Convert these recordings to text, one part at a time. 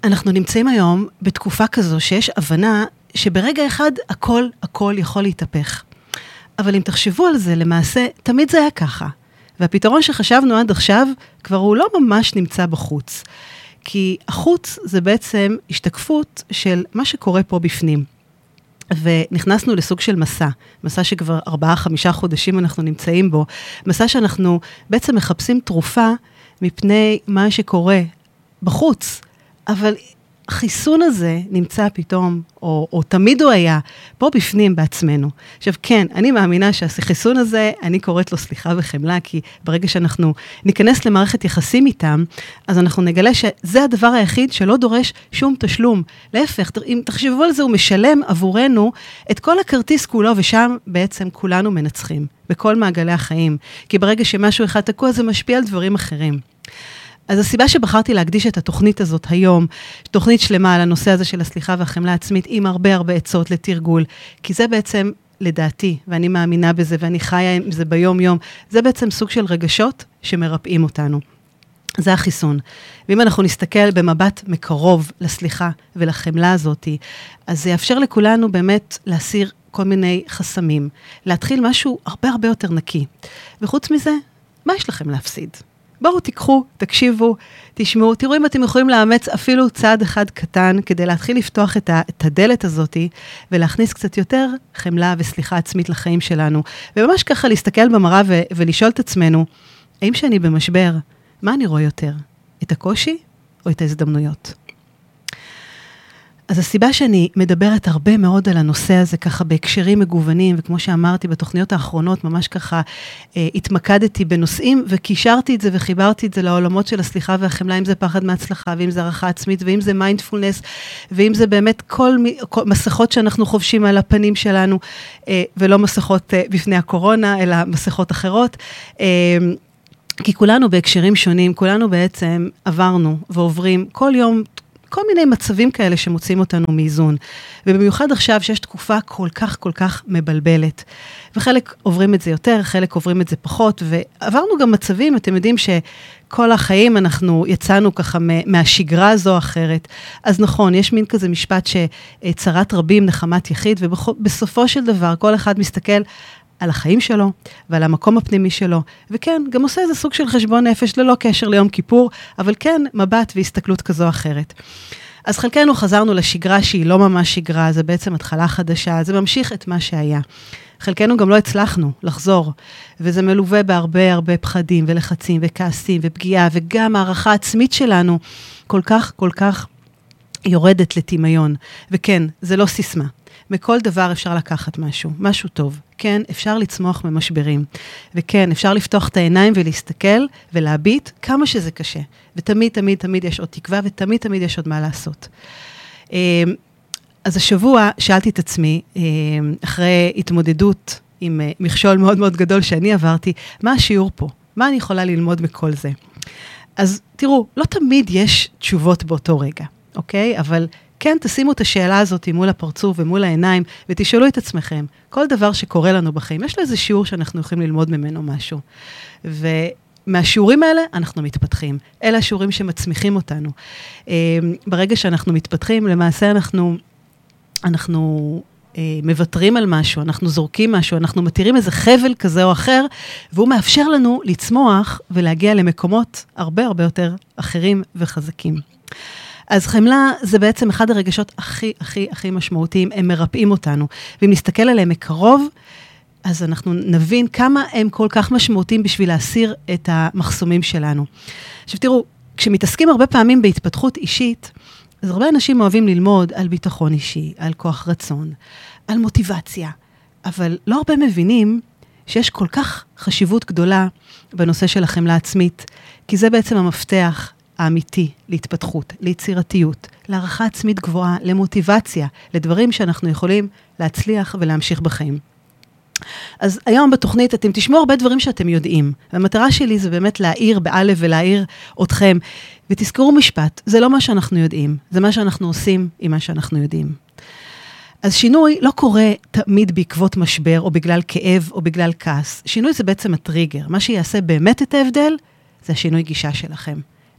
אנחנו נמצאים היום בתקופה כזו שיש הבנה שברגע אחד הכל יכול להתהפך. אבל אם תחשבו על זה, למעשה, תמיד זה היה ככה. והפתרון שחשבנו עד עכשיו, כבר הוא לא ממש נמצא בחוץ. כי החוץ זה בעצם השתקפות של מה שקורה פה בפנים. ונכנסנו לסוג של מסע שכבר 4-5 חודשים אנחנו נמצאים בו, מסע שאנחנו בעצם מחפשים תרופה מפני מה שקורה בחוץ, אבל החיסון הזה נמצא פתאום, או תמיד הוא היה, פה בפנים בעצמנו. עכשיו כן, אני מאמינה שהחיסון הזה, אני קוראת לו סליחה וחמלה, כי ברגע שאנחנו ניכנס למערכת יחסים איתם, אז אנחנו נגלה שזה הדבר היחיד שלא דורש שום תשלום. להפך, אם תחשבו על זה, הוא משלם עבורנו את כל הכרטיס כולו, ושם בעצם כולנו מנצחים, בכל מעגלי החיים. כי ברגע שמשהו אחד תקוע, זה משפיע על דברים אחרים. אז הסיבה שבחרתי להקדיש את התוכנית הזאת היום, תוכנית שלמה על הנושא הזה של הסליחה והחמלה העצמית, עם הרבה עצות לתרגול, כי זה בעצם, לדעתי, ואני מאמינה בזה, ואני חיה עם זה ביום יום, זה בעצם סוג של רגשות שמרפאים אותנו. זה החיסון. ואם אנחנו נסתכל במבט מקרוב לסליחה ולחמלה הזאת, אז זה יאפשר לכולנו באמת להסיר כל מיני חסמים, להתחיל משהו הרבה יותר נקי. וחוץ מזה, מה יש לכם להפסיד? בואו תיקחו, תקשיבו, תשמעו, תראו אם אתם יכולים לאמץ אפילו צעד אחד קטן, כדי להתחיל לפתוח את הדלת הזאת, ולהכניס קצת יותר חמלה וסליחה עצמית לחיים שלנו. וממש ככה להסתכל במראה ולשאול את עצמנו, האם שאני במשבר, מה אני רואה יותר? את הקושי או את ההזדמנויות? אז הסיבה שאני מדברת הרבה מאוד על הנושא הזה, ככה בהקשרים מגוונים, וכמו שאמרתי בתוכניות האחרונות, ממש ככה התמקדתי בנושאים, וקישרתי את זה וחיברתי את זה לעולמות של הסליחה והחמלה, אם זה פחד מהצלחה, ואם זה הערכה עצמית, ואם זה מיינדפולנס, ואם זה באמת כל מסכות שאנחנו חובשים על הפנים שלנו, ולא מסכות בפני הקורונה, אלא מסכות אחרות, כי כולנו בהקשרים שונים, כולנו בעצם עברנו ועוברים כל יום, כל מיני מצבים כאלה שמוצאים אותנו מאיזון. ובמיוחד עכשיו שיש תקופה כל כך מבלבלת. וחלק עוברים את זה יותר, חלק עוברים את זה פחות, ועברנו גם מצבים, אתם יודעים שכל החיים אנחנו יצאנו ככה מהשגרה הזו או אחרת. אז נכון, יש מין כזה משפט שצרת רבים נחמת יחיד, ובסופו של דבר כל אחד מסתכל על החיים שלו ועל המקום הפנימי שלו, וכן, גם עושה איזה סוג של חשבון נפש ללא קשר ליום כיפור, אבל כן, מבט והסתכלות כזו או אחרת. אז חלקנו חזרנו לשגרה שהיא לא ממש שגרה, זה בעצם התחלה חדשה, זה ממשיך את מה שהיה. חלקנו גם לא הצלחנו לחזור, וזה מלווה בהרבה פחדים ולחצים וכעסים ופגיעה, וגם הערכה עצמית שלנו כל כך יורדת לטמיון. וכן, זה לא סיסמה. מכל דבר אפשר לקחת משהו טוב. כן, אפשר לצמוח ממשברים. וכן, אפשר לפתוח את העיניים ולהסתכל ולהביט כמה שזה קשה. ותמיד יש עוד תקווה, ותמיד יש עוד מה לעשות. אז השבוע שאלתי את עצמי, אחרי התמודדות עם מכשול מאוד גדול שאני עברתי, מה השיעור פה? מה אני יכולה ללמוד מכל זה? אז תראו, לא תמיד יש תשובות באותו רגע, אוקיי? אבל כן, תשימו את השאלה הזאת מול הפרצוף ומול העיניים, ותשאלו את עצמכם, כל דבר שקורה לנו בחיים, יש לו איזה שיעור שאנחנו יכולים ללמוד ממנו משהו. ומהשיעורים האלה אנחנו מתפתחים. אלה השיעורים שמצמיחים אותנו. ברגע שאנחנו מתפתחים, למעשה אנחנו מוותרים על משהו, אנחנו זורקים משהו, אנחנו מתירים איזה חבל כזה או אחר, והוא מאפשר לנו לצמוח ולהגיע למקומות הרבה יותר אחרים וחזקים. אז חמלה זה בעצם אחד הרגשות הכי משמעותיים, הם מרפאים אותנו, ואם נסתכל עליהם מקרוב, אז אנחנו נבין כמה הם כל כך משמעותיים בשביל להסיר את המחסומים שלנו. עכשיו תראו, כשמתעסקים הרבה פעמים בהתפתחות אישית, אז הרבה אנשים אוהבים ללמוד על ביטחון אישי, על כוח רצון, על מוטיבציה, אבל לא הרבה מבינים שיש כל כך חשיבות גדולה בנושא של החמלה עצמית, כי זה בעצם המפתח האמיתי להתפתחות, ליצירתיות, להערכה עצמית גבוהה, למוטיבציה, לדברים שאנחנו יכולים להצליח ולהמשיך בחיים. אז היום בתוכנית אתם תשמעו הרבה דברים שאתם יודעים, והמטרה שלי זה באמת להעיר באלף ולהעיר אתכם, ותזכרו משפט, זה לא מה שאנחנו יודעים, זה מה שאנחנו עושים עם מה שאנחנו יודעים. אז שינוי לא קורה תמיד בעקבות משבר, או בגלל כאב, או בגלל כעס. שינוי זה בעצם הטריגר. מה שיעשה באמת את ההבדל, זה השינוי גישה שלכם.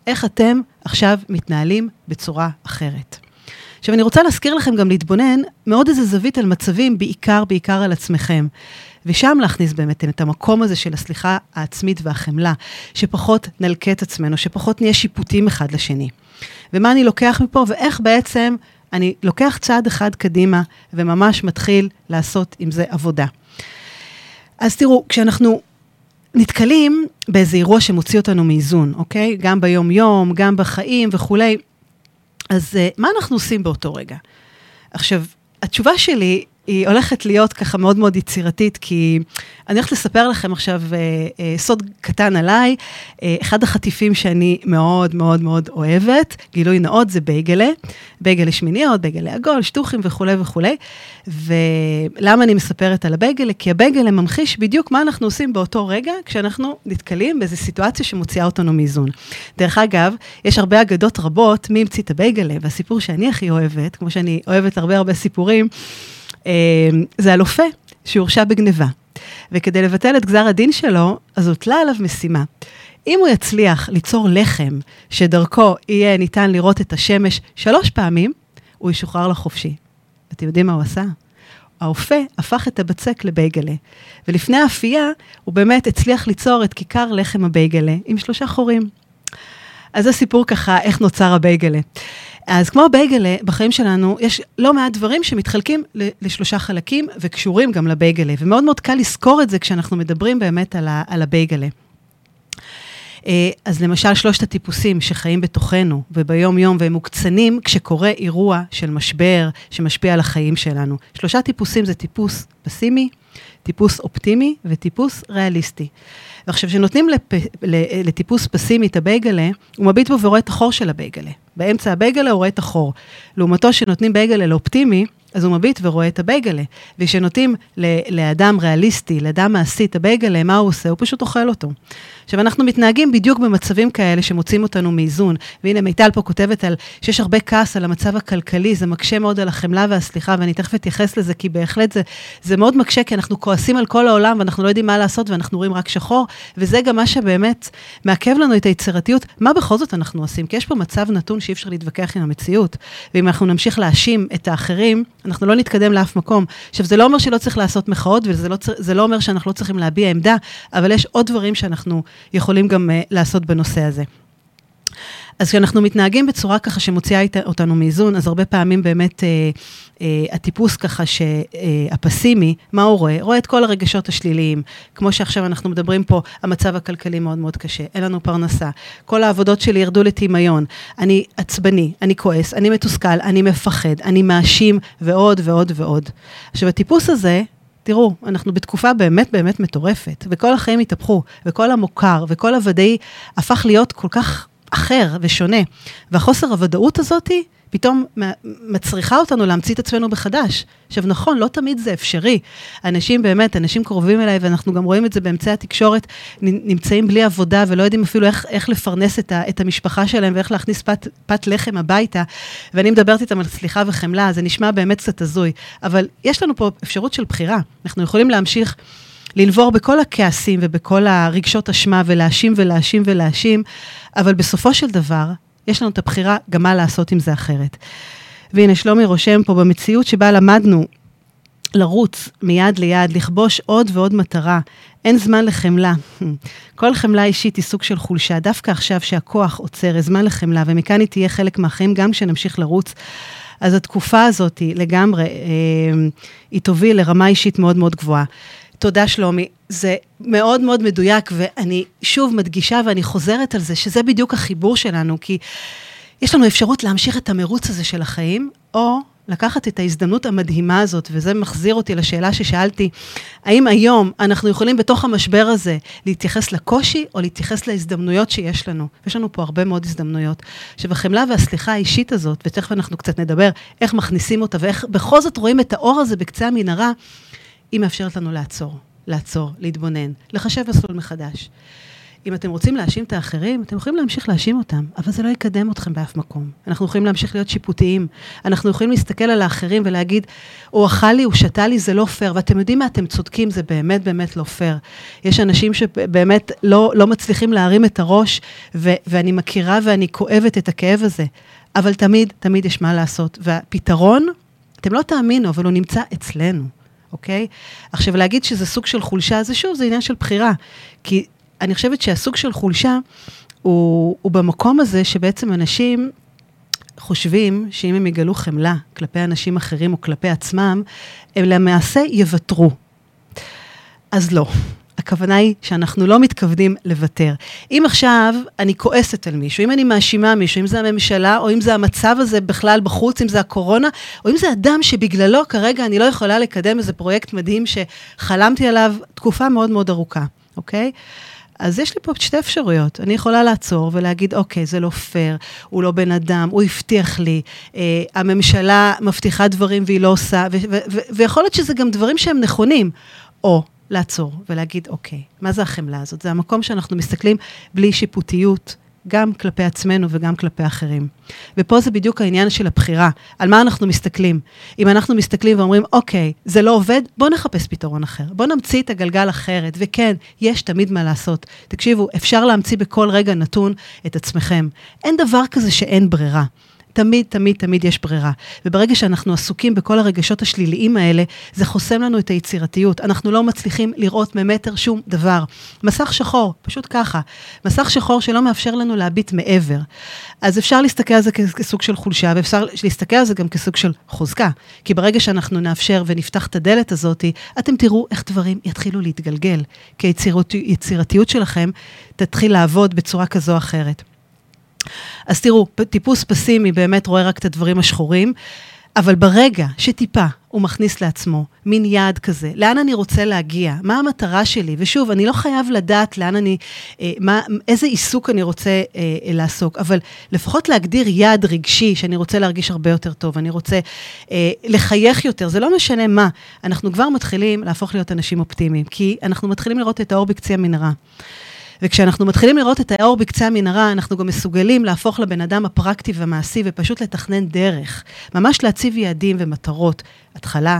איך אתם עכשיו מתנהלים בצורה אחרת. עכשיו, אני רוצה להזכיר לכם גם להתבונן מאוד איזה זווית על מצבים, בעיקר על עצמכם. ושם להכניס באמת את המקום הזה של הסליחה העצמית והחמלה, שפחות נלקה את עצמנו, שפחות נהיה שיפוטים אחד לשני. ומה אני לוקח מפה, ואיך בעצם אני לוקח צעד אחד קדימה, וממש מתחיל לעשות עם זה עבודה. אז תראו, כשאנחנו נתקלים באיזה אירוע שמוציא אותנו מאיזון, אוקיי? גם ביום יום, גם בחיים וכולי, אז מה אנחנו עושים באותו רגע? עכשיו, התשובה שלי היא הולכת להיות ככה מאוד מאוד יצירתית, כי אני הולכת לספר לכם עכשיו סוד קטן עליי, אחד החטיפים שאני מאוד מאוד מאוד אוהבת, גילוי נאות זה בייגלה, בייגלה שמיניות, בייגלה עגול, שטוחים וכו' וכו'. ולמה אני מספרת על הבייגלה? כי הבייגלה ממחיש בדיוק מה אנחנו עושים באותו רגע, כשאנחנו נתקלים באיזו סיטואציה שמוציאה אותנו מאיזון. דרך אגב, יש הרבה אגדות רבות, מי המציא את הבייגלה, והסיפור שאני הכי אוהבת, כמו שאני אוהבת הרבה סיפורים, זה על אופה שהורשע בגניבה. וכדי לבטל את גזר הדין שלו, אז הוטלה עליו משימה. אם הוא יצליח ליצור לחם שדרכו יהיה ניתן לראות את השמש 3 פעמים, הוא ישוחרר לחופשי. אתם יודעים מה הוא עשה? האופה הפך את הבצק לבייגלה. ולפני האפייה, הוא באמת הצליח ליצור את כיכר לחם הבייגלה עם 3 חורים. אז זה סיפור ככה, איך נוצר הבייגלה. אז כמו הבייגלה, בחיים שלנו, יש לא מעט דברים שמתחלקים ל3 חלקים, וקשורים גם לבייגלה, ומאוד מאוד קל לזכור את זה, כשאנחנו מדברים באמת על הבייגלה. אז למשל, 3 הטיפוסים שחיים בתוכנו, וביום יום, והם מוקצנים, כשקורה אירוע של משבר, שמשפיע על החיים שלנו. 3 טיפוסים זה טיפוס פסימי, טיפוס אופטימי, וטיפוס ריאליסטי. ועכשיו, שנותנים לטיפוס פסימי את הבייגלה, הוא מביט בו ורואה את החור של הבייגלה. באמצע הבייגלה הוא רואה את החור. לעומתו שנותנים בייגלה לאופטימי, אז הוא מביט ורואה את הבייגלה. ושנותנים לאדם ריאליסטי, לאדם מעשי את הבייגלה, מה הוא עושה? הוא פשוט אוכל אותו. עכשיו, אנחנו מתנהגים בדיוק במצבים כאלה שמוצאים אותנו מאיזון. והנה, מיטל פה כותבת על שיש הרבה כעס על המצב הכלכלי, זה מקשה מאוד על החמלה והסליחה, ואני תכף אתייחס לזה, כי בהחלט זה מאוד מקשה, כי אנחנו כועסים על כל העולם, ואנחנו לא יודעים מה לעשות, ואנחנו רואים רק שחור, וזה גם מה שבאמת מעכב לנו את היצירתיות. מה בכל זאת אנחנו עושים? כי יש פה מצב נתון שאי אפשר להתווכח עם המציאות, ואם אנחנו נמשיך להאשים את האחרים, אנחנו לא נתקדם לאף מקום. עכשיו, זה לא אומר שלא צריך לעשות מחאות, וזה לא אומר שאנחנו לא צריכים להביע עמדה, אבל יש עוד דברים שאנחנו יכולים גם לעשות בנושא הזה. אז כשאנחנו מתנהגים בצורה ככה שמוציאה אותנו מאיזון, אז הרבה פעמים באמת הטיפוס ככה שהפסימי, מה הוא רואה? רואה את כל הרגשות השליליים, כמו שעכשיו אנחנו מדברים פה, המצב הכלכלי מאוד מאוד קשה, אין לנו פרנסה, כל העבודות שלי ירדו לטמיון, אני עצבני, אני כועס, אני מתוסכל, אני מפחד, אני מאשים ועוד ועוד ועוד. עכשיו הטיפוס הזה, תראו, אנחנו בתקופה באמת באמת מטורפת, וכל החיים התהפכו, וכל המוכר, וכל הוודאי הפך להיות כל כך אחר ושונה. והחוסר הוודאות הזאת פתאום מצריכה אותנו להמציא את עצמנו בחדש. עכשיו נכון, לא תמיד זה אפשרי. אנשים באמת, אנשים קרובים אליי, ואנחנו גם רואים את זה באמצעי התקשורת, נמצאים בלי עבודה, ולא יודעים אפילו איך לפרנס את המשפחה שלהם, ואיך להכניס פת לחם הביתה. ואני מדברת איתם על סליחה וחמלה, זה נשמע באמת קצת הזוי. אבל יש לנו פה אפשרות של בחירה. אנחנו יכולים להמשיך לנבור בכל הכעסים ובכל הרגשות אשמה, ולהאשים ולהאשים ולהאשים, אבל בסופו של דבר, יש לנו את הבחירה גם מה לעשות עם זה אחרת. והנה שלומי רושם פה במציאות שבה למדנו לרוץ מיד ליד, לכבוש עוד ועוד מטרה, אין זמן לחמלה. כל חמלה אישית היא סוג של חולשה, דווקא עכשיו שהכוח עוצר, זמן לחמלה, ומכאן היא תהיה חלק מהחיים גם כשנמשיך לרוץ. אז התקופה הזאת לגמרי, היא תוביל לרמה אישית מאוד מאוד גבוהה. תודה שלומי, זה מאוד מאוד מדויק, ואני שוב מדגישה ואני חוזרת על זה, שזה בדיוק החיבור שלנו, כי יש לנו אפשרות להמשיך את המרוץ הזה של החיים, או לקחת את ההזדמנות המדהימה הזאת, וזה מחזיר אותי לשאלה ששאלתי, האם היום אנחנו יכולים בתוך המשבר הזה להתייחס לקושי, או להתייחס להזדמנויות שיש לנו? יש לנו פה הרבה מאוד הזדמנויות. שבחמלה והסליחה האישית הזאת, ותכף אנחנו קצת נדבר איך מכניסים אותה, ואיך בכל זאת רואים את האור הזה בקצה המנהרה, היא מאפשרת לנו לעצור, להתבונן, לחשב מסלול מחדש. אם אתם רוצים להאשים את האחרים, אתם יכולים להמשיך להאשים אותם, אבל זה לא יקדם אתכם באף מקום. אנחנו יכולים להמשיך להיות שיפוטיים, אנחנו יכולים להסתכל על האחרים ולהגיד, הוא אכל לי, הוא שתה לי, זה לא פייר, ואתם יודעים מה, אתם צודקים, זה באמת באמת לא פייר. יש אנשים שבאמת לא מצליחים להרים את הראש, ואני מכירה ואני כואבת את הכאב הזה, אבל תמיד יש מה לעשות. והפתרון, אתם לא תאמינו, אבל הוא נמצא אצלנו, אוקיי? עכשיו, להגיד שזה סוג של חולשה, זה שוב, זה עניין של בחירה, כי אני חושבת שהסוג של חולשה הוא במקום הזה שבעצם אנשים חושבים שאם הם יגלו חמלה כלפי אנשים אחרים או כלפי עצמם, הם למעשה יוותרו. אז לא. הכוונה היא שאנחנו לא מתכוונים לוותר. אם עכשיו אני כועסת על מישהו, אם אני מאשימה מישהו, אם זה הממשלה, או אם זה המצב הזה בכלל בחוץ, אם זה הקורונה, או אם זה אדם שבגללו כרגע אני לא יכולה לקדם איזה פרויקט מדהים שחלמתי עליו תקופה מאוד מאוד ארוכה, אוקיי? אז יש לי פה שתי אפשרויות. אני יכולה לעצור ולהגיד, אוקיי, זה לא פייר, הוא לא בן אדם, הוא הבטיח לי, הממשלה מבטיחה דברים והיא לא עושה, ויכול להיות שזה גם דברים שהם נכונים, או לעצור ולהגיד, אוקיי, מה זה החמלה הזאת? זה המקום שאנחנו מסתכלים בלי שיפוטיות, גם כלפי עצמנו וגם כלפי אחרים. ופה זה בדיוק העניין של הבחירה, על מה אנחנו מסתכלים. אם אנחנו מסתכלים ואומרים, אוקיי, זה לא עובד, בוא נחפש פתרון אחר. בוא נמציא את הגלגל אחרת, וכן, יש תמיד מה לעשות. תקשיבו, אפשר להמציא בכל רגע נתון את עצמכם. אין דבר כזה שאין ברירה. תמיד יש ברירה. וברגע שאנחנו עסוקים בכל הרגשות השליליים האלה, זה חוסם לנו את היצירתיות. אנחנו לא מצליחים לראות ממטר שום דבר. מסך שחור, פשוט ככה. מסך שחור שלא מאפשר לנו להביט מעבר. אז אפשר להסתכל על זה כסוג של חולשה, ואפשר להסתכל על זה גם כסוג של חוזקה. כי ברגע שאנחנו נאפשר ונפתח את הדלת הזאת, אתם תראו איך דברים יתחילו להתגלגל. כי היצירתיות שלכם תתחיל לעבוד בצורה כזו או אחרת. אז תראו, טיפוס פסימי באמת רואה רק את הדברים השחורים, אבל ברגע שטיפה הוא מכניס לעצמו מין יעד כזה, לאן אני רוצה להגיע, מה המטרה שלי, ושוב, אני לא חייב לדעת לאן איזה עיסוק אני רוצה לעסוק, אבל לפחות להגדיר יעד רגשי, שאני רוצה להרגיש הרבה יותר טוב, אני רוצה לחייך יותר, זה לא משנה מה, אנחנו כבר מתחילים להפוך להיות אנשים אופטימיים, כי אנחנו מתחילים לראות את האור בקצה המנהרה. וכשאנחנו מתחילים לראות את האור בקצה המנהרה, אנחנו גם מסוגלים להפוך לבן אדם הפרקטי והמעשי, ופשוט לתכנן דרך. ממש להציב יעדים ומטרות. התחלה,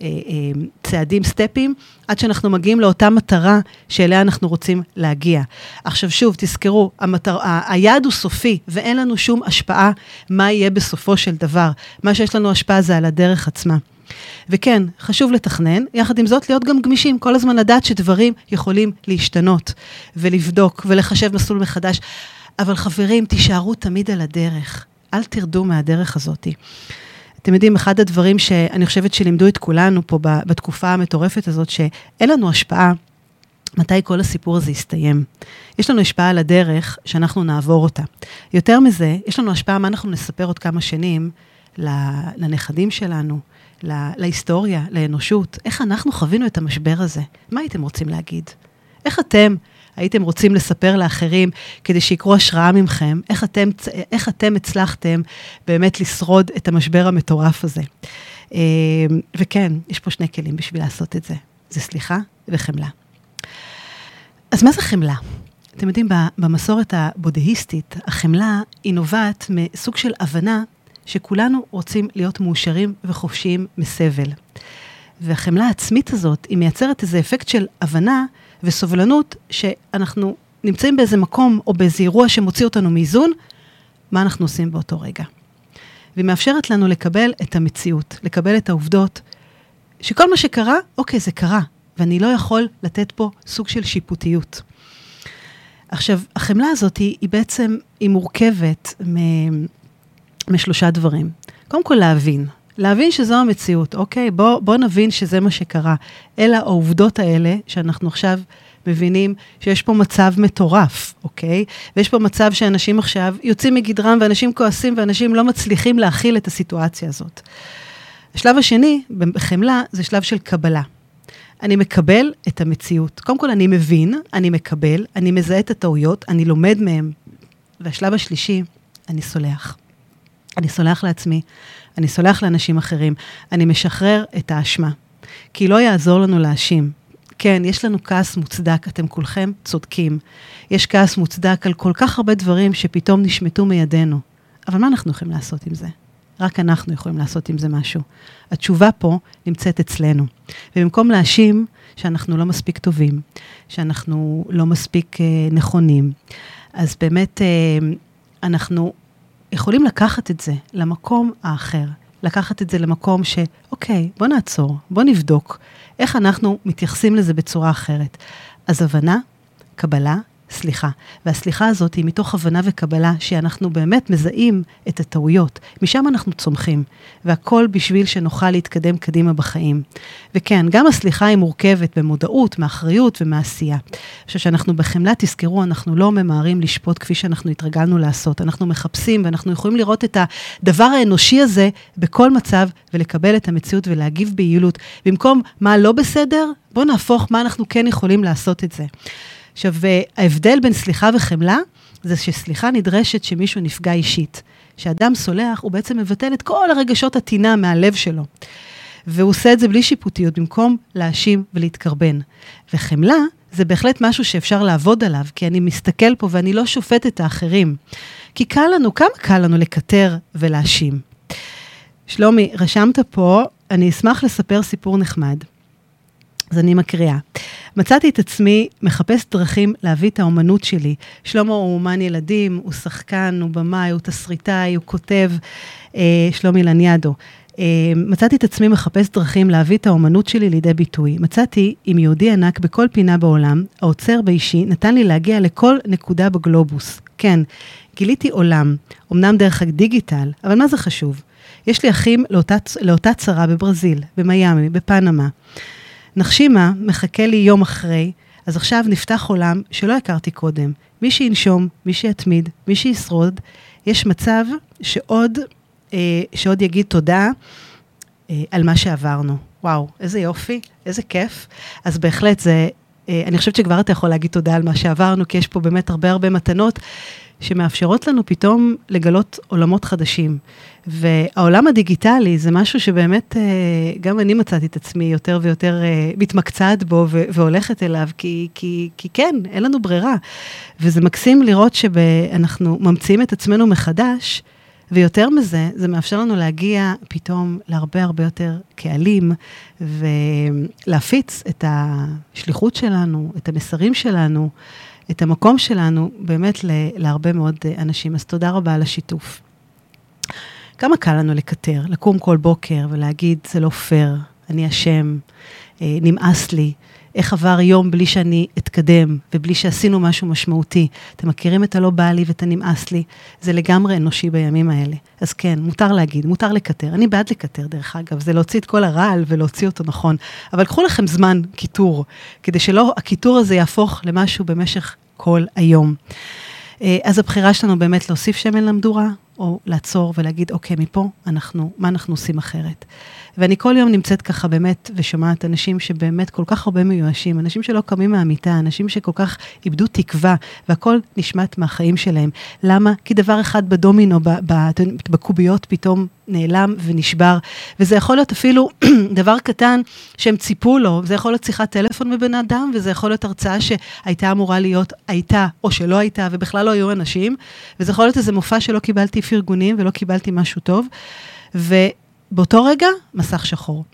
צעדים, סטפים, עד שאנחנו מגיעים לאותה מטרה שאליה אנחנו רוצים להגיע. עכשיו שוב, תזכרו, היעד הוא סופי, ואין לנו שום השפעה מה יהיה בסופו של דבר. מה שיש לנו השפעה זה על הדרך עצמה. וכן, חשוב לתכנן, יחד עם זאת להיות גם גמישים, כל הזמן לדעת שדברים יכולים להשתנות, ולבדוק, ולחשב מסלול מחדש. אבל חברים, תישארו תמיד על הדרך, אל תרדו מהדרך הזאת. אתם יודעים, אחד הדברים שאני חושבת שלימדו את כולנו פה בתקופה המטורפת הזאת, שאין לנו השפעה, מתי כל הסיפור הזה יסתיים. יש לנו השפעה על הדרך שאנחנו נעבור אותה. יותר מזה, יש לנו השפעה מה אנחנו נספר עוד כמה שנים לנכדים שלנו, להיסטוריה, לאנושות. איך אנחנו חווינו את המשבר הזה? מה הייתם רוצים להגיד? איך אתם הייתם רוצים לספר לאחרים כדי שיקרו השראה ממכם? איך אתם הצלחתם באמת לשרוד את המשבר המטורף הזה? וכן, יש פה שני כלים בשביל לעשות את זה. זה סליחה וחמלה. אז מה זה חמלה? אתם יודעים, במסורת הבודהיסטית, החמלה היא נובעת מסוג של הבנה שכולנו רוצים להיות מאושרים וחופשיים מסבל. והחמלה העצמית הזאת, היא מייצרת איזה אפקט של הבנה וסובלנות, שאנחנו נמצאים באיזה מקום או באיזה אירוע שמוציא אותנו מאיזון, מה אנחנו עושים באותו רגע. והיא מאפשרת לנו לקבל את המציאות, לקבל את העובדות, שכל מה שקרה, אוקיי, זה קרה, ואני לא יכול לתת פה סוג של שיפוטיות. עכשיו, החמלה הזאת היא בעצם, היא מורכבת משלושה דברים. קודם כל להבין שזו המציאות, אוקיי? בוא נבין שזה מה שקרה. אלה העובדות האלה שאנחנו עכשיו מבינים שיש פה מצב מטורף, אוקיי? ויש פה מצב שאנשים עכשיו יוצאים מגדרם ואנשים כועסים ואנשים לא מצליחים להכיל את הסיטואציה הזאת. השלב השני בחמלה זה שלב של קבלה. אני מקבל את המציאות. קודם כל אני מבין, אני מקבל, אני מזהה את הטעויות, אני לומד מהם. והשלב השלישי, אני סולח. אני סולח לעצמי, אני סולח לאנשים אחרים, אני משחרר את האשמה. כי לא יעזור לנו להאשים. כן, יש לנו כעס מוצדק, אתם כולכם צודקים. יש כעס מוצדק על כל כך הרבה דברים שפתאום נשמטו מידינו. אבל מה אנחנו יכולים לעשות עם זה? רק אנחנו יכולים לעשות עם זה משהו. התשובה פה נמצאת אצלנו. ובמקום להאשים שאנחנו לא מספיק טובים, שאנחנו לא מספיק נכונים, אז באמת אנחנו יכולים לקחת את זה למקום האחר. לקחת את זה למקום אוקיי, בוא נעצור, בוא נבדוק איך אנחנו מתייחסים לזה בצורה אחרת. אז הבנה, קבלה, סליחה. והסליחה הזאת היא מתוך הבנה וקבלה שאנחנו באמת מזהים את הטעויות. משם אנחנו צומחים, והכל בשביל שנוכל להתקדם קדימה בחיים. וכן, גם הסליחה היא מורכבת במודעות, מאחריות ומעשייה. שאנחנו בחמלה, תזכרו, אנחנו לא ממהרים לשפוט כפי שאנחנו התרגלנו לעשות. אנחנו מחפשים ואנחנו יכולים לראות את הדבר האנושי הזה בכל מצב, ולקבל את המציאות ולהגיב ביעילות. במקום מה לא בסדר, בוא נהפוך מה אנחנו כן יכולים לעשות את זה. עכשיו, ההבדל בין סליחה וחמלה, זה שסליחה נדרשת שמישהו נפגע אישית. שאדם סולח, הוא בעצם מבטל את כל הרגשות עטינה מהלב שלו. והוא עושה את זה בלי שיפוטיות, במקום להאשים ולהתקרבן. וחמלה, זה בהחלט משהו שאפשר לעבוד עליו, כי אני מסתכל פה ואני לא שופט את האחרים. כי קל לנו, כמה קל לנו לקטר ולהאשים. שלומי, רשמת פה, אני אשמח לספר סיפור נחמד. אז אני מקריאה. מצאתי את עצמי מחפש דרכים להביא את האומנות שלי. שלמה הוא אומן ילדים, הוא שחקן, הוא במאי, הוא תסריטאי, הוא כותב, שלומי לניאדו. מצאתי את עצמי מחפש דרכים להביא את האומנות שלי לידי ביטוי. מצאתי עם יהודי ענק בכל פינה בעולם, העוצר באישי, נתן לי להגיע לכל נקודה בגלובוס. כן, גיליתי עולם, אמנם דרך הדיגיטל, אבל מה זה חשוב? יש לי אחים לאותה צרה בברזיל, במיימי, בפנמה. נחשימה מחכה לי יום אחרי, אז עכשיו נפתח עולם שלא הכרתי קודם. מי שינשום, מי שיתמיד, מי שישרוד, יש מצב שעוד יגיד תודה על מה שעברנו. וואו, איזה יופי, איזה כיף. אז בהחלט זה, אני חושבת שכבר אתה יכול להגיד תודה על מה שעברנו, כי יש פה באמת הרבה מתנות שמאפשרות לנו פתאום לגלות עולמות חדשים. והעולם הדיגיטלי זה משהו שבאמת גם אני מצאתי את עצמי יותר ויותר מתמקצעת בו והולכת אליו, כי כן, אין לנו ברירה. וזה מקסים לראות שאנחנו ממציאים את עצמנו מחדש, ויותר מזה, זה מאפשר לנו להגיע פתאום להרבה יותר קהלים, ולהפיץ את השליחות שלנו, את המסרים שלנו, את המקום שלנו, באמת להרבה מאוד אנשים. אז תודה רבה על השיתוף. כמה קל לנו לקטר, לקום כל בוקר ולהגיד, זה לא פייר, אני אשם, נמאס לי, איך עבר יום בלי שאני אתקדם, ובלי שעשינו משהו משמעותי. אתם מכירים את הלא בא לי ואת הנמאס לי, זה לגמרי אנושי בימים האלה. אז כן, מותר להגיד, מותר לקטר. אני בעד לקטר, דרך אגב, זה להוציא את כל הרעל ולהוציא אותו נכון. אבל קחו לכם זמן קיטור, כדי שלא הקיטור הזה יהפוך למשהו במשך כל היום. אז הבחירה שלנו באמת להוסיף שמן למדורה, או לעצור ולהגיד, אוקיי, מפה מה אנחנו עושים אחרת. ואני כל יום נמצאת ככה באמת, ושומעת אנשים שבאמת כל כך הרבה מיואשים, אנשים שלא קמים מהמיטה, אנשים שכל כך איבדו תקווה, והכל נשמט מהחיים שלהם. למה? כי דבר אחד בדומינו, בקוביות פתאום נעלם ונשבר, וזה יכול להיות אפילו דבר קטן שהם ציפו לו, זה יכול להיות שיחת טלפון מבן אדם, וזה יכול להיות הרצאה שהייתה אמורה להיות, הייתה או שלא הייתה, ובכלל לא היו אנשים, וזה יכול להיות איזה מופע שלא קיבלתי פרגונים, ולא קיבלתי משהו טוב, באותו רגע, מסך שחור.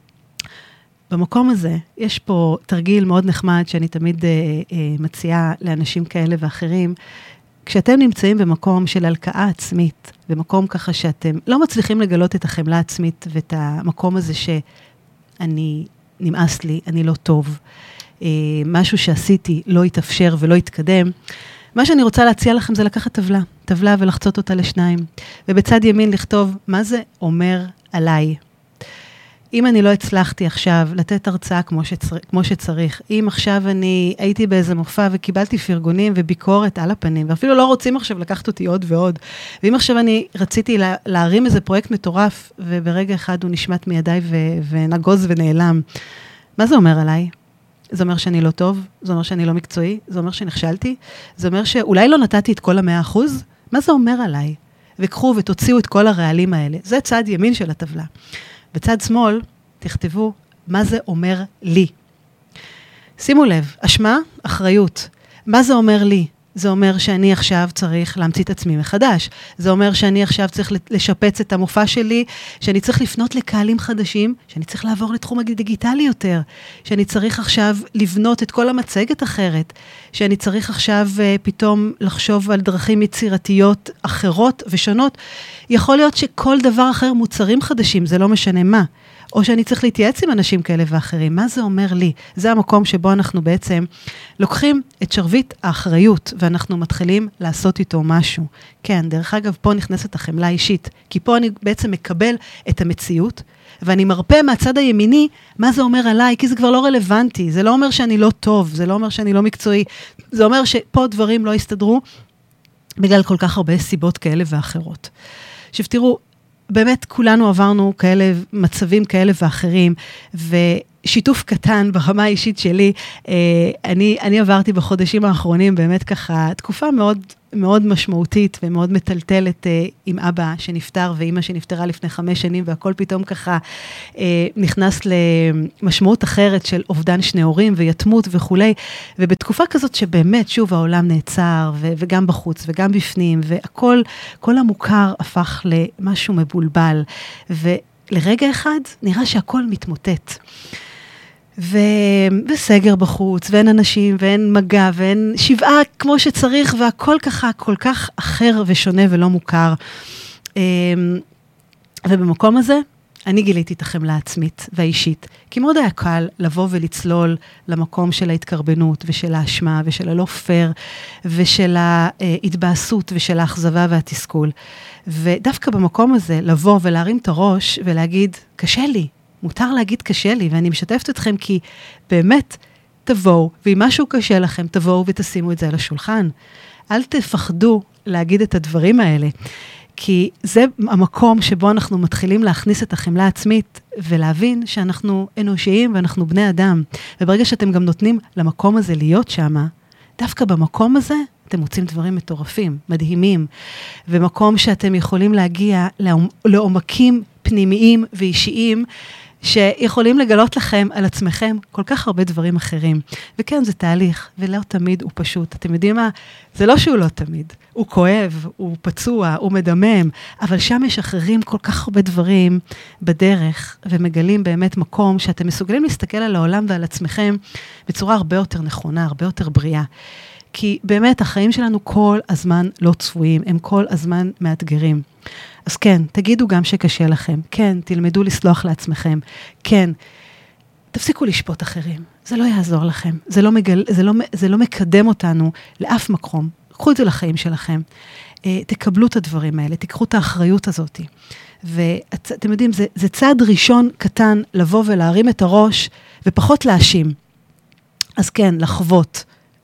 במקום הזה, יש פה תרגיל מאוד נחמד, שאני תמיד מציעה לאנשים כאלה ואחרים, כשאתם נמצאים במקום של הלקאה עצמית, במקום ככה שאתם לא מצליחים לגלות את החמלה העצמית, ואת המקום הזה שאני נמאס לי, אני לא טוב, משהו שעשיתי לא יתאפשר ולא יתקדם, מה שאני רוצה להציע לכם זה לקחת טבלה ולחצות אותה לשניים, ובצד ימין לכתוב מה זה אומר עליי. אם אני לא הצלחתי עכשיו לתת הרצאה כמו שצריך, אם עכשיו אני הייתי באיזה מופע וקיבלתי פרגונים וביקורת על הפנים, ואפילו לא רוצים עכשיו לקחת אותי עוד ועוד, ואם עכשיו אני רציתי להרים איזה פרויקט מטורף, וברגע אחד הוא נשמט מידיי ונגוז ונעלם, מה זה אומר עליי? זה אומר שאני לא טוב, זה אומר שאני לא מקצועי, זה אומר שנכשלתי, זה אומר שאולי לא נתתי את כל 100%, מה זה אומר עליי? וקחו ותוציאו את כל הרעלים האלה. זה צד ימין של הטבלה. בצד שמאל, תכתבו מה זה אומר לי. שימו לב, אשמה, אחריות. מה זה אומר לי? זה אומר שאני עכשיו צריך להמציא את עצמי מחדש. זה אומר שאני עכשיו צריך לשפץ את המופע שלי, שאני צריך לפנות לקהלים חדשים, שאני צריך לעבור לתחום הדיגיטלי יותר, שאני צריך עכשיו לבנות את כל המצגת אחרת, שאני צריך עכשיו פתאום לחשוב על דרכים יצירתיות אחרות ושונות. יכול להיות שכל דבר אחר מוצרים חדשים, זה לא משנה מה. או שאני צריך להתייעץ עם אנשים כאלה ואחרים. מה זה אומר לי? זה המקום שבו אנחנו בעצם לוקחים את שרביט האחריות, ואנחנו מתחילים לעשות איתו משהו. כן, דרך אגב, פה נכנסת החמלה אישית, כי פה אני בעצם מקבל את המציאות, ואני מרפא מהצד הימיני, מה זה אומר עליי, כי זה כבר לא רלוונטי, זה לא אומר שאני לא טוב, זה לא אומר שאני לא מקצועי, זה אומר שפה דברים לא יסתדרו, בגלל כל כך הרבה סיבות כאלה ואחרות. עכשיו תראו, באמת כולנו עברנו כאלה מצבים כאלה ואחרים, ושיתוף קטן ברמה האישית שלי, אני עברתי בחודשים האחרונים באמת ככה תקופה מאוד מאוד משמעותית ומאוד מטלטלת עם אבא שנפטר ואמא שנפטרה לפני 5 שנים, והכל פתאום ככה נכנס למשמעות אחרת של אובדן שני הורים ויתמות וכולי, ובתקופה כזאת שבאמת שוב העולם נעצר וגם בחוץ וגם בפנים, והכל, כל המוכר הפך למשהו מבולבל, ולרגע אחד נראה שהכל מתמוטט. וסגר בחוץ, ואין אנשים, ואין מגע, ואין שבעה כמו שצריך, והכל ככה כל כך אחר ושונה ולא מוכר. ובמקום הזה, אני גיליתי את החמלה העצמית והאישית, כי מאוד היה קל לבוא ולצלול למקום של ההתקרבנות, ושל האשמה, ושל הלא פייר, ושל ההתבאסות, ושל האכזבה והתסכול. ודווקא במקום הזה, לבוא ולהרים את הראש, ולהגיד, קשה לי, מותר להגיד קשה לי, ואני משתפת אתכם כי באמת תבואו, ואם משהו קשה לכם, תבואו ותשימו את זה על השולחן. אל תפחדו להגיד את הדברים האלה, כי זה המקום שבו אנחנו מתחילים להכניס את החמלה העצמית, ולהבין שאנחנו אנושיים ואנחנו בני אדם. וברגע שאתם גם נותנים למקום הזה להיות שמה, דווקא במקום הזה אתם מוצאים דברים מטורפים, מדהימים, ומקום שאתם יכולים להגיע לעומקים פנימיים ואישיים, שיכולים לגלות לכם על עצמכם כל כך הרבה דברים אחרים. וכן, זה תהליך, ולא תמיד הוא פשוט. אתם יודעים מה? זה לא שהוא לא תמיד. הוא כואב, הוא פצוע, הוא מדמם, אבל שם משחררים כל כך הרבה דברים בדרך, ומגלים באמת מקום שאתם מסוגלים להסתכל על העולם ועל עצמכם בצורה הרבה יותר נכונה, הרבה יותר בריאה. כי באמת החיים שלנו כל הזמן לא צפויים, הם כל הזמן מאתגרים. אז כן, תגידו גם שקשה לכם. כן, תלמדו לסלוח לעצמכם. כן, תפסיקו לשפוט אחרים. זה לא יעזור לכם. זה לא מקדם אותנו לאף מקום. קחו את זה לחיים שלכם. תקבלו את הדברים האלה, תיקחו את האחריות הזאת. ואתם יודעים, זה צעד ראשון קטן לבוא ולהרים את הראש, ופחות להאשים. אז כן, לחוות.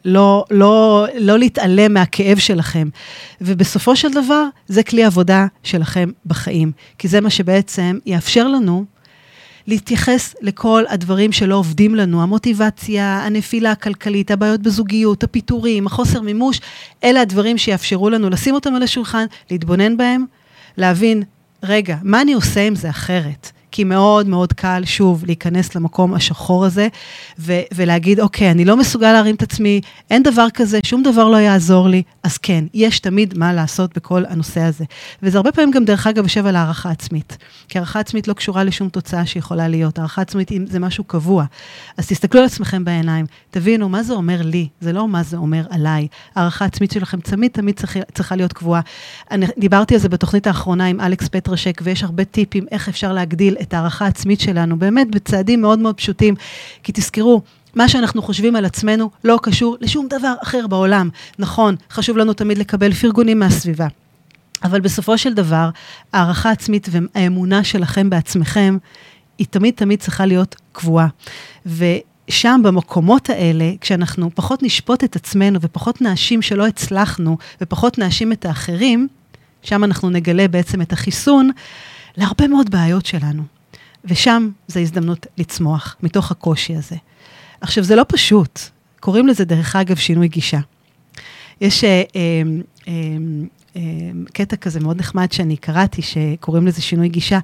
לא להתעלם מהכאב שלכם. ובסופו של דבר, זה כלי עבודה שלכם בחיים. כי זה מה שבעצם יאפשר לנו להתייחס לכל הדברים שלא עובדים לנו, המוטיבציה, הנפילה הכלכלית, הבעיות בזוגיות, הפיתורים, החוסר מימוש, אלה הדברים שיאפשרו לנו לשים אותם על השולחן, להתבונן בהם, להבין, רגע, מה אני עושה עם זה אחרת? כי מאוד מאוד קל שוב להיכנס למקום השחור הזה, ולהגיד, אוקיי, אני לא מסוגל להרים את עצמי, אין דבר כזה, שום דבר לא יעזור לי, אז כן, יש תמיד מה לעשות בכל הנושא הזה. וזה הרבה פעמים גם דרך אגב יושב על הערכה עצמית, כי הערכה עצמית לא קשורה לשום תוצאה שיכולה להיות, הערכה עצמית זה משהו קבוע, אז תסתכלו על עצמכם בעיניים, תבינו מה זה אומר לי, זה לא מה זה אומר עליי, הערכה עצמית שלכם תמיד צריכה להיות קבועה. אני דיברתי על זה בתוכנית האחרונה עם אלכס פטרשק, ויש הרבה טיפים איך אפשר להגדיל את הערכה העצמית שלנו, באמת בצעדים מאוד מאוד פשוטים, כי תזכרו, מה שאנחנו חושבים על עצמנו לא קשור לשום דבר אחר בעולם. נכון, חשוב לנו תמיד לקבל פרגונים מהסביבה, אבל בסופו של דבר, הערכה עצמית והאמונה שלכם בעצמכם, היא תמיד צריכה להיות קבועה. ושם במקומות האלה, כשאנחנו פחות נשפוט את עצמנו, ופחות נאשים שלא הצלחנו, ופחות נאשים את האחרים, שם אנחנו נגלה בעצם את החיסון, להרבה מאוד בעיות שלנו. ושם זו הזדמנות לצמוח מתוך הקושי הזה. עכשיו, זה לא פשוט. קוראים לזה דרך אגב שינוי גישה. יש קטע כזה מאוד נחמד שאני קראתי, שקוראים לזה שינוי גישה.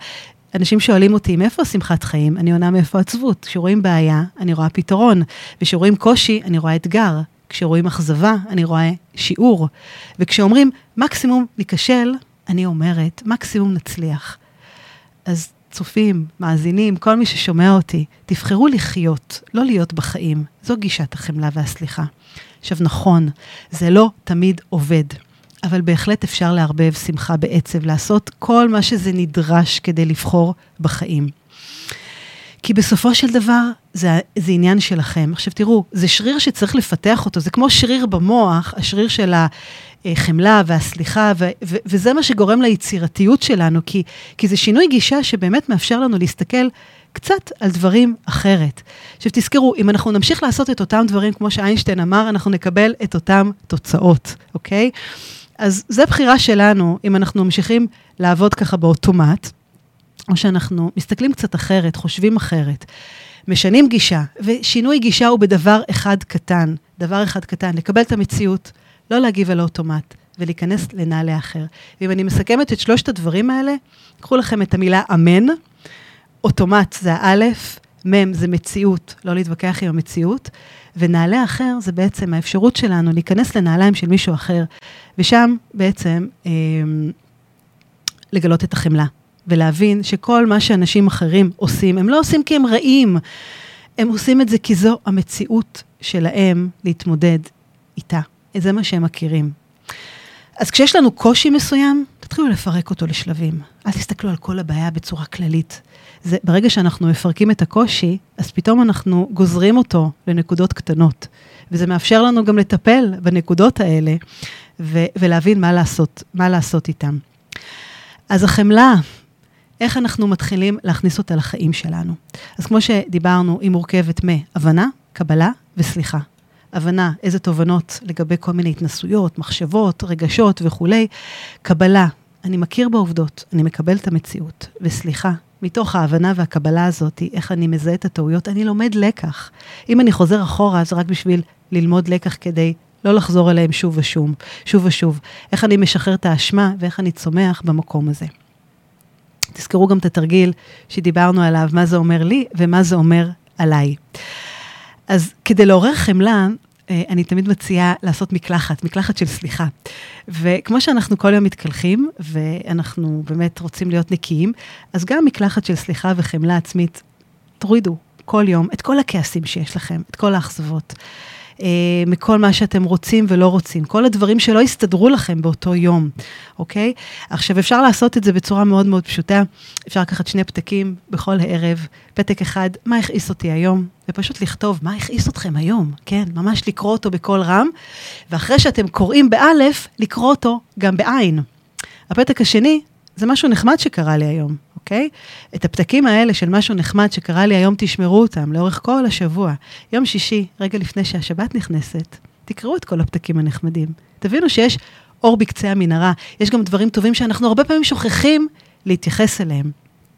אנשים שואלים אותי, מאיפה שמחת חיים? אני עונה מאיפה עצבות. כשרואים בעיה, אני רואה פתרון. וכשרואים קושי, אני רואה אתגר. כשרואים אכזבה, אני רואה שיעור. וכשאומרים, מקסימום ניכשל, אני אומרת, מקסימום נצליח. אז צופים, מאזינים, כל מי ששומע אותי, תבחרו לחיות, לא להיות בחיים. זו גישת החמלה והסליחה. עכשיו נכון, זה לא תמיד עובד, אבל בהחלט אפשר להרבב שמחה בעצב, לעשות כל מה שזה נדרש כדי לבחור בחיים. כי בסופו של דבר, זה עניין שלכם. עכשיו תראו, זה שריר שצריך לפתח אותו, זה כמו שריר במוח, השריר של החמלה והסליחה, וזה מה שגורם ליצירתיות שלנו, כי זה שינוי גישה שבאמת מאפשר לנו להסתכל קצת על דברים אחרת. עכשיו תזכרו, אם אנחנו נמשיך לעשות את אותם דברים, כמו שאיינשטיין אמר, אנחנו נקבל את אותם תוצאות, אוקיי? אז זה בחירה שלנו, אם אנחנו ממשיכים לעבוד ככה באוטומט, או שאנחנו מסתכלים קצת אחרת, חושבים אחרת, משנים גישה, ושינוי גישה הוא בדבר אחד קטן, לקבל את המציאות, לא להגיב על האוטומט, ולהיכנס לנעלי אחר. ואם אני מסכמת את שלושת הדברים האלה, קחו לכם את המילה אמן, אוטומט זה האלף, מם זה מציאות, לא להתווכח עם המציאות, ונעלי אחר זה בעצם האפשרות שלנו להיכנס לנעליים של מישהו אחר, ושם בעצם לגלות את החמלה, ולהבין שכל מה שאנשים אחרים עושים, הם לא עושים כי הם רעים, הם עושים את זה כי זו המציאות שלהם להתמודד איתה. זה מה שהם מכירים. אז כשיש לנו קושי מסוים, תתחילו לפרק אותו לשלבים. אל תסתכלו על כל הבעיה בצורה כללית. ברגע שאנחנו מפרקים את הקושי, אז פתאום אנחנו גוזרים אותו לנקודות קטנות. וזה מאפשר לנו גם לטפל בנקודות האלה, ולהבין מה לעשות איתם. אז החמלה, איך אנחנו מתחילים להכניס אותה לחיים שלנו? אז כמו שדיברנו, היא מורכבת מהבנה, קבלה וסליחה. הבנה, איזה תובנות לגבי כל מיני התנסויות, מחשבות, רגשות וכו'. קבלה, אני מכיר בעובדות, אני מקבל את המציאות. וסליחה, מתוך ההבנה והקבלה הזאת, איך אני מזהה את הטעויות, אני לומד לקח. אם אני חוזר אחורה, זה רק בשביל ללמוד לקח כדי לא לחזור אליהם שוב ושוב. איך אני משחרר את האשמה ואיך אני צומח במקום הזה. תזכרו גם את התרגיל שדיברנו עליו, מה זה אומר לי ומה זה אומר עליי. אז כדי לעורר חמלה, אני תמיד מציעה לעשות מקלחת של סליחה. וכמו שאנחנו כל יום מתקלחים, ואנחנו באמת רוצים להיות נקיים, אז גם מקלחת של סליחה וחמלה עצמית, תורידו כל יום את כל הכעסים שיש לכם, את כל האכזבות, מכל מה שאתם רוצים ולא רוצים, כל הדברים שלא יסתדרו לכם באותו יום, אוקיי? עכשיו אפשר לעשות את זה בצורה מאוד מאוד פשוטה, אפשר לקחת 2 פתקים בכל הערב, פתק אחד, מה הכעיס אותי היום? ופשוט לכתוב, מה הכעיס אתכם היום? כן, ממש לקרוא אותו בכל רם, ואחרי שאתם קוראים באלף, לקרוא אותו גם בעין. הפתק השני, זה משהו נחמד שקרה לי היום, אוקיי? את הפתקים האלה של משהו נחמד שקרה לי היום, תשמרו אותם לאורך כל השבוע. יום שישי, רגע לפני שהשבת נכנסת, תקראו את כל הפתקים הנחמדים. תבינו שיש אור בקצה המנהרה, יש גם דברים טובים שאנחנו הרבה פעמים שוכחים להתייחס אליהם.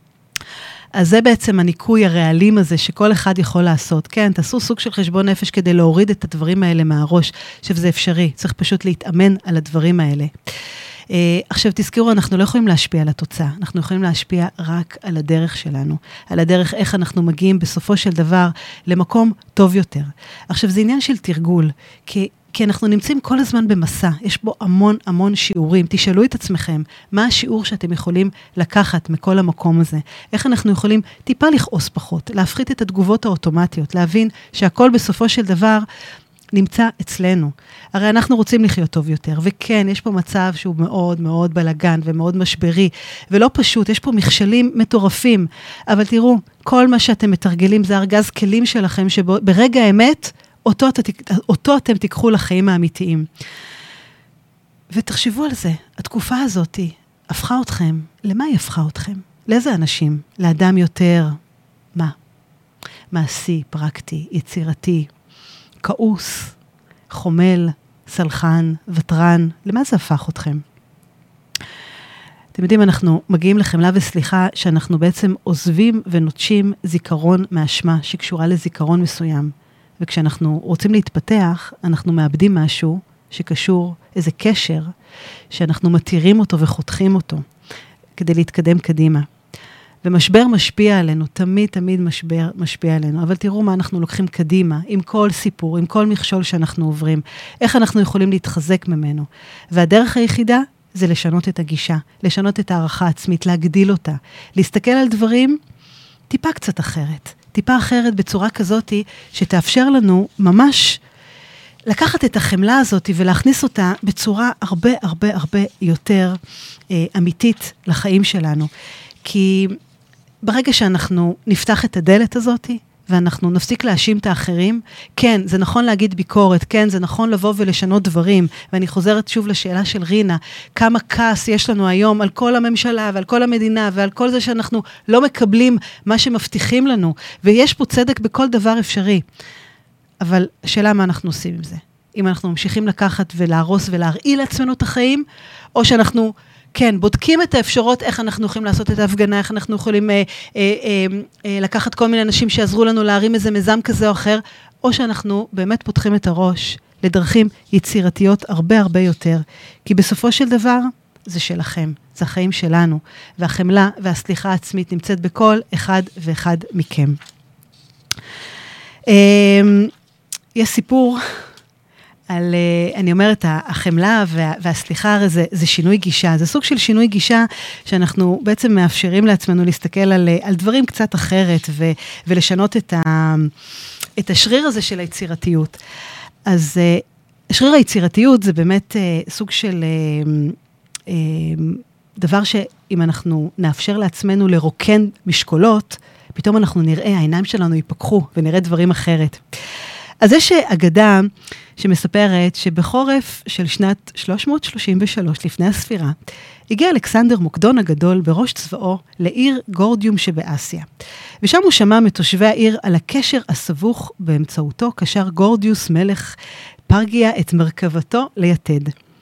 אז זה בעצם הניקוי הרעלים הזה שכל אחד יכול לעשות. כן, תעשו סוג של חשבון נפש כדי להוריד את הדברים האלה מהראש, שזה אפשרי, צריך פשוט להתאמן על הדברים האלה. עכשיו תזכרו, אנחנו לא יכולים להשפיע על התוצאה, אנחנו יכולים להשפיע רק על הדרך שלנו, על הדרך איך אנחנו מגיעים בסופו של דבר למקום טוב יותר. עכשיו זה עניין של תרגול, כי אנחנו נמצאים כל הזמן במסע, יש בו המון שיעורים, תשאלו את עצמכם, מה השיעור שאתם יכולים לקחת מכל המקום הזה, איך אנחנו יכולים טיפה לכעוס פחות, להפחית את התגובות האוטומטיות, להבין שהכל בסופו של דבר נמצא אצלנו. הרי אנחנו רוצים לחיות טוב יותר, וכן, יש פה מצב שהוא מאוד מאוד בלגן ומאוד משברי, ולא פשוט, יש פה מכשלים מטורפים, אבל תראו, כל מה שאתם מתרגלים זה ארגז כלים שלכם, שברגע האמת, אותו אתם תיקחו לחיים האמיתיים. ותחשבו על זה, התקופה הזאת הפכה אתכם, למה היא הפכה אתכם? לאיזה אנשים? לאדם יותר, מה? מעשי, פרקטי, יצירתי, כעוס, חומל, סלחן, וטרן, למה זה הפך אתכם? אתם יודעים, אנחנו מגיעים לחמלה וסליחה, שאנחנו בעצם עוזבים ונוטשים זיכרון מאשמה, שקשורה לזיכרון מסוים. וכשאנחנו רוצים להתפתח, אנחנו מאבדים משהו שקשור, איזה קשר, שאנחנו מתירים אותו וחותכים אותו, כדי להתקדם קדימה. ומשבר משפיע עלינו, תמיד משבר משפיע עלינו, אבל תראו מה אנחנו לוקחים קדימה, עם כל סיפור, עם כל מכשול שאנחנו עוברים, איך אנחנו יכולים להתחזק ממנו. והדרך היחידה זה לשנות את הגישה, לשנות את הערכה העצמית, להגדיל אותה, להסתכל על דברים טיפה קצת אחרת, טיפה אחרת בצורה כזאת שתאפשר לנו ממש לקחת את החמלה הזאת ולהכניס אותה בצורה הרבה יותר אמיתית לחיים שלנו. כי ברגע שאנחנו נפתח את הדלת הזאת, ואנחנו נפסיק להאשים את האחרים, כן, זה נכון להגיד ביקורת, כן, זה נכון לבוא ולשנות דברים, ואני חוזרת שוב לשאלה של רינה, כמה כעס יש לנו היום על כל הממשלה ועל כל המדינה, ועל כל זה שאנחנו לא מקבלים מה שמבטיחים לנו, ויש פה צדק בכל דבר אפשרי. אבל השאלה מה אנחנו עושים עם זה? אם אנחנו ממשיכים לקחת ולהרוס ולהרעיל לעצמנו את החיים, או שאנחנו כן, בודקים את האפשרות, איך אנחנו יכולים לעשות את ההפגנה, איך אנחנו יכולים לקחת כל מיני אנשים שיעזרו לנו להרים איזה מיזם כזה או אחר, או שאנחנו באמת פותחים את הראש לדרכים יצירתיות הרבה יותר, כי בסופו של דבר זה שלכם, זה החיים שלנו, והחמלה והסליחה העצמית נמצאת בכל אחד ואחד מכם. יש סיפור על, אני אומרת, החמלה והסליחה הרי זה שינוי גישה, זה סוג של שינוי גישה שאנחנו בעצם מאפשרים לעצמנו להסתכל על דברים קצת אחרת ולשנות את השריר הזה של היצירתיות. אז שריר היצירתיות זה באמת סוג של דבר שאם אנחנו נאפשר לעצמנו לרוקן משקולות, פתאום אנחנו נראה, העיניים שלנו ייפקחו ונראה דברים אחרת. אז יש אגדה שמספרת שבחורף של שנת 333 לפני הספירה, הגיע אלכסנדר מוקדון הגדול בראש צבאו לעיר גורדיום שבאסיה. ושם הוא שמע מתושבי העיר על הקשר הסבוך באמצעותו קשר גורדיוס מלך פרגיה את מרכבתו ליתד.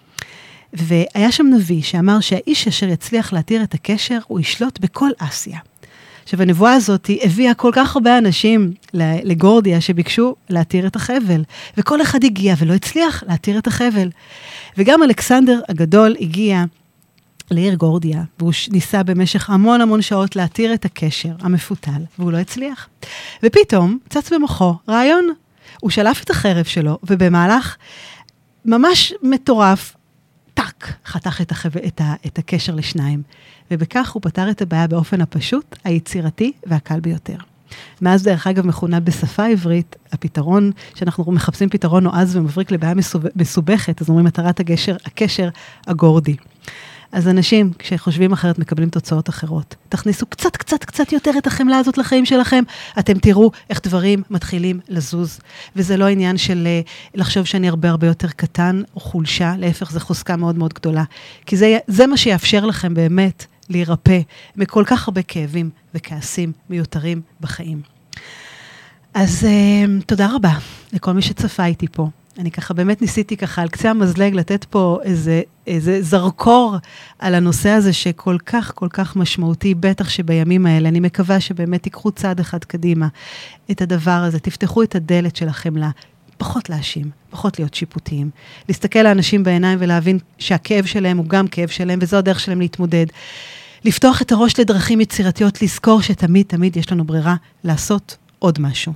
והיה שם נביא שאמר שהאיש אשר יצליח להתיר את הקשר הוא ישלוט בכל אסיה. עכשיו, הנבואה הזאת הביאה כל כך הרבה אנשים לגורדיה שביקשו להתיר את החבל, וכל אחד הגיע ולא הצליח להתיר את החבל. וגם אלכסנדר הגדול הגיע לעיר גורדיה, והוא ניסה במשך המון שעות להתיר את הקשר המפותל, והוא לא הצליח. ופתאום צץ במוחו רעיון, הוא שלף את החרב שלו, ובמהלך ממש מטורף, טק, חתך את הקשר לשניים. ובכך הוא פתר את הבעיה באופן הפשוט, היצירתי והקל ביותר. מאז דרך אגב מכונה בשפה העברית, הפתרון, שאנחנו מחפשים פתרון נועז ומבריק לבעיה מסובכת, אז אומרים מטרת הקשר הגורדי. אז אנשים, כשחושבים אחרת, מקבלים תוצאות אחרות. תכניסו קצת יותר את החמלה הזאת לחיים שלכם, אתם תראו איך דברים מתחילים לזוז. וזה לא עניין של לחשוב שאני הרבה יותר קטן או חולשה, להפך זה חוזקה מאוד גדולה. כי זה מה שיאפשר לכם באמת להירפא מכל כך הרבה כאבים וכעסים מיותרים בחיים. אז תודה רבה לכל מי שצפה איתי פה. אני ככה באמת ניסיתי ככה על קצה המזלג לתת פה איזה זרקור על הנושא הזה שכל כך משמעותי, בטח שבימים האלה. אני מקווה שבאמת תיקחו צעד אחד קדימה את הדבר הזה, תפתחו את הדלת של החמלה, פחות להאשים, פחות להיות שיפוטיים, להסתכל לאנשים בעיניים ולהבין שהכאב שלהם הוא גם כאב שלהם, וזו הדרך שלהם להתמודד. לפתוח את הראש לדרכים יצירתיות, לזכור שתמיד יש לנו ברירה לעשות עוד משהו.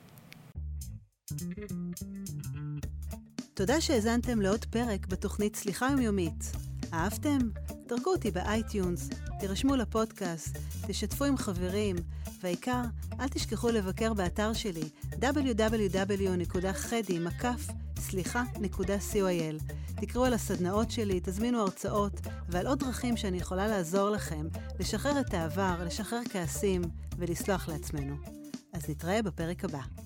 תודה שהזנתם לעוד פרק בתוכנית סליחה יומיומית. אהבתם? דרגו אותי באייטיונס, תירשמו לפודקאסט, תשתפו עם חברים, והעיקר, אל תשכחו לבקר באתר שלי www.khedi.co.il. תקראו על הסדנאות שלי, תזמינו הרצאות ועל עוד דרכים שאני יכולה לעזור לכם לשחרר את העבר, לשחרר כעסים ולסלוח לעצמנו. אז נתראה בפרק הבא.